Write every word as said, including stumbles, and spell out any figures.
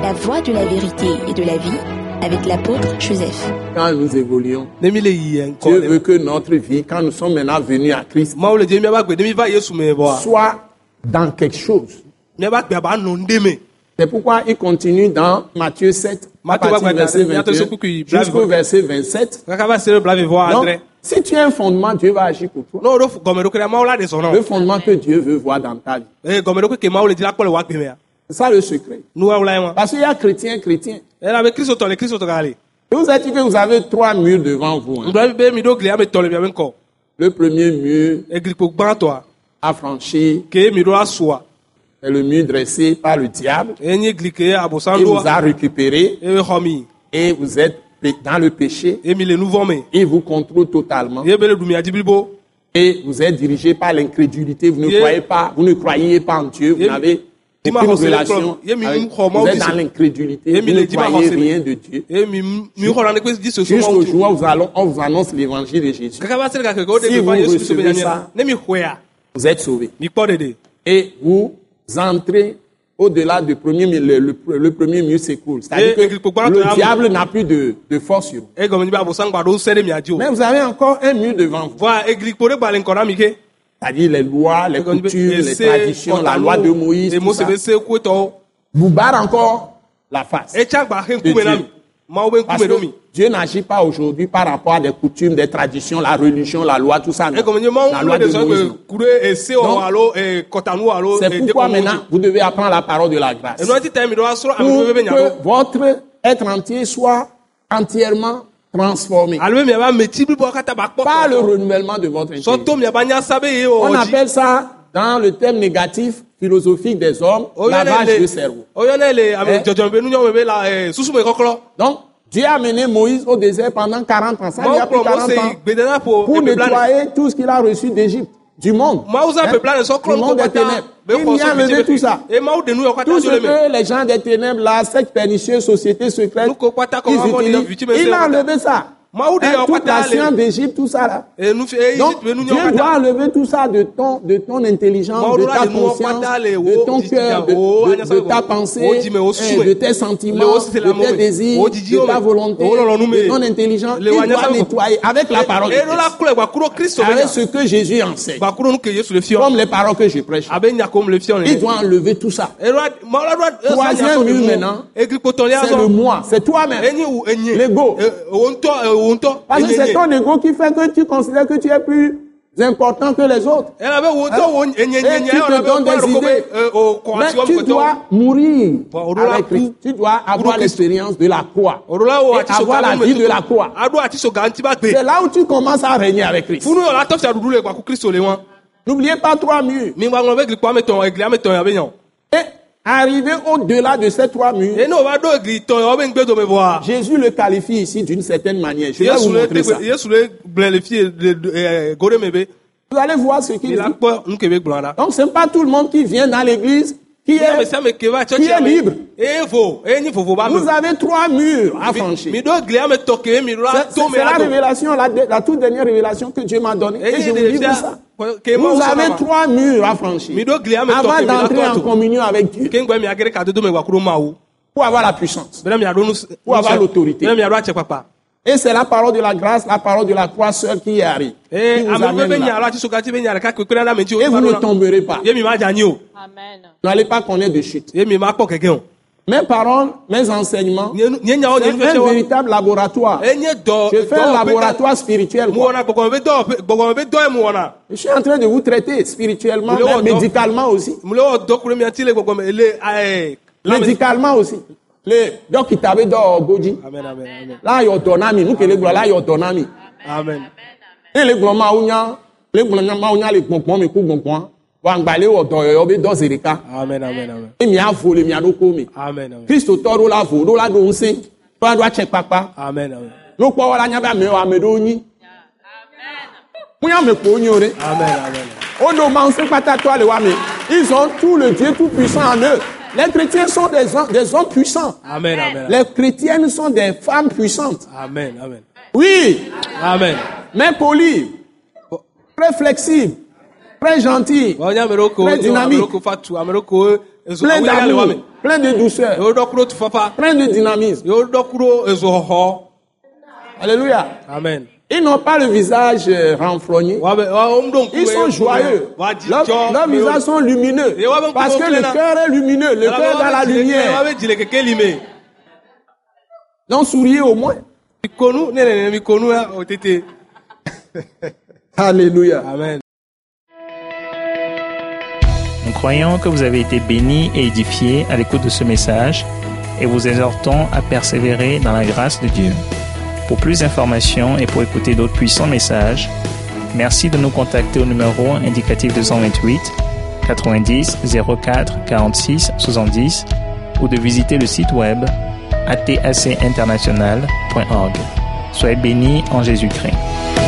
La voie de la vérité et de la vie avec l'apôtre Joseph. Quand nous évoluons, Dieu veut que notre vie, quand nous sommes maintenant venus à Christ, soit dans quelque chose. C'est pourquoi il continue dans Matthieu sept, à partir du verset vingt et un jusqu'au verset vingt-sept. Donc, si tu as un fondement, Dieu va agir pour toi. Le fondement que Dieu veut voir dans ta vie. C'est ça le secret. Parce qu'il y a chrétiens, chrétiens. Vous avez dit que vous avez trois murs devant vous. Hein. Le premier mur affranchi, c'est le mur dressé par le diable. Il vous a récupéré et vous êtes dans le péché. Il vous contrôle totalement. Et vous êtes dirigé par l'incrédulité. Vous ne croyez pas, vous ne croyez pas en Dieu. Vous n'avez aucune relation avec, vous êtes dans l'incrédulité, vous ne croyez rien de Dieu. Jusqu'au jour où vous allons, on vous annonce l'évangile de Jésus. Si vous recevez ça, vous êtes sauvés. Et vous entrez au-delà du premier mur, le, le, le premier mur s'écroule. C'est-à-dire que le diable n'a plus de, de force sur vous. Mais vous avez encore un mur devant vous. C'est-à-dire les lois, les coutumes, les traditions, la loi de Moïse, tout ça, vous barre encore la face de Dieu. Parce que Dieu n'agit pas aujourd'hui par rapport à des coutumes, des traditions, la religion, la loi, tout ça. Non. La loi de Moïse. Donc, c'est pourquoi maintenant, vous devez apprendre la parole de la grâce. Pour que votre être entier soit entièrement transformé par le renouvellement de votre intérieur. On appelle ça, dans le thème négatif philosophique des hommes, lavage de cerveau. Donc, Dieu a mené Moïse au désert pendant quarante ans. Ça, il y a pris quarante ans pour nettoyer tout ce qu'il a reçu d'Égypte, du monde. Hein? Du monde des ténèbres. Il a enlevé tout ça. Tout ce que les gens des ténèbres, la secte pernicieuse, société secrète, ils utilisent, il a enlevé ça. Hein, toute la science d'Égypte, tout ça là. Donc, Dieu doit enlever tout ça de ton, de ton intelligence, de ta conscience, de ton cœur, de, de, de ta pensée, de tes sentiments, de tes désirs, de ta volonté, de ton intelligence. Il doit nettoyer avec la parole de Christ, avec ce que Jésus enseigne, comme les paroles que je prêche. Il doit enlever tout ça. Troisième mur maintenant, c'est le moi, c'est toi-même, l'ego. Parce que c'est ton ego qui fait que tu considères que tu es plus important que les autres. Hein? Et tu te donnes des idées. Mais tu dois mourir avec Christ. Tu dois avoir l'expérience de la croix. Et avoir la vie de la croix. C'est là où tu commences à régner avec Christ. N'oubliez pas trois murs. Et arrivé au-delà de ces trois murs, Jésus le qualifie ici d'une certaine manière. Je vais vous montrer ça. Vous allez voir ce qu'il dit. Donc, ce n'est pas tout le monde qui vient dans l'église qui est, qui est libre. Vous avez trois murs à franchir. C'est la révélation, la, la toute dernière révélation que Dieu m'a donnée. Et je vous livre ça. Vous avez trois murs à franchir avant d'entrer en communion avec Dieu. Pour avoir la puissance. Pour avoir l'autorité. Et c'est la parole de la grâce, la parole de la croix seule qui arrive. Qui vous amène là. Et vous ne tomberez pas. Vous n'allez pas connaître de chute. Mes paroles, mes enseignements, c'est un véritable laboratoire. Je fais un laboratoire spirituel. Moi. Je suis en train de vous traiter spirituellement, mais médicalement aussi. Médicalement aussi. Le donc il t'avait dans Goji. Là il y a donami, nous que les gars là il y a donami. Amen. Et les gars maounya, les gars maounya les bonbons mais coup bonbons. Wangbalé au doyo be do zerika. Amen amen amen. Et mi a volé mi a do komi. Amen amen. Christ toro la vo do la do nse. To do check papa. Amen amen. Lo po wala nya ba me o amedo yin. Amen. Muya me ko yin ore. Amen amen. O do ma nse pata to ale wa me. Ils ont tout le Dieu tout puissant en eux. Les chrétiens sont des hommes, des hommes puissants. Amen, amen. Les chrétiennes sont des femmes puissantes. Amen, amen. Oui. Amen. Mais polies, très flexibles, très gentilles, très dynamiques. plein d'amour, plein de douceur, plein de dynamisme. Alléluia. Amen. Ils n'ont pas le visage renfrogné. Ils sont joyeux. Leurs leur visages sont lumineux. Parce que le cœur est lumineux. Le cœur est dans la lumière. Donc souriez au moins. Alléluia. Amen. Nous croyons que vous avez été bénis et édifiés à l'écoute de ce message et vous exhortons à persévérer dans la grâce de Dieu. Pour plus d'informations et pour écouter d'autres puissants messages, merci de nous contacter au numéro indicatif deux cent vingt-huit, quatre-vingt-dix, zéro quatre, quarante-six, soixante-dix ou de visiter le site web a t a c international point org. Soyez bénis en Jésus-Christ.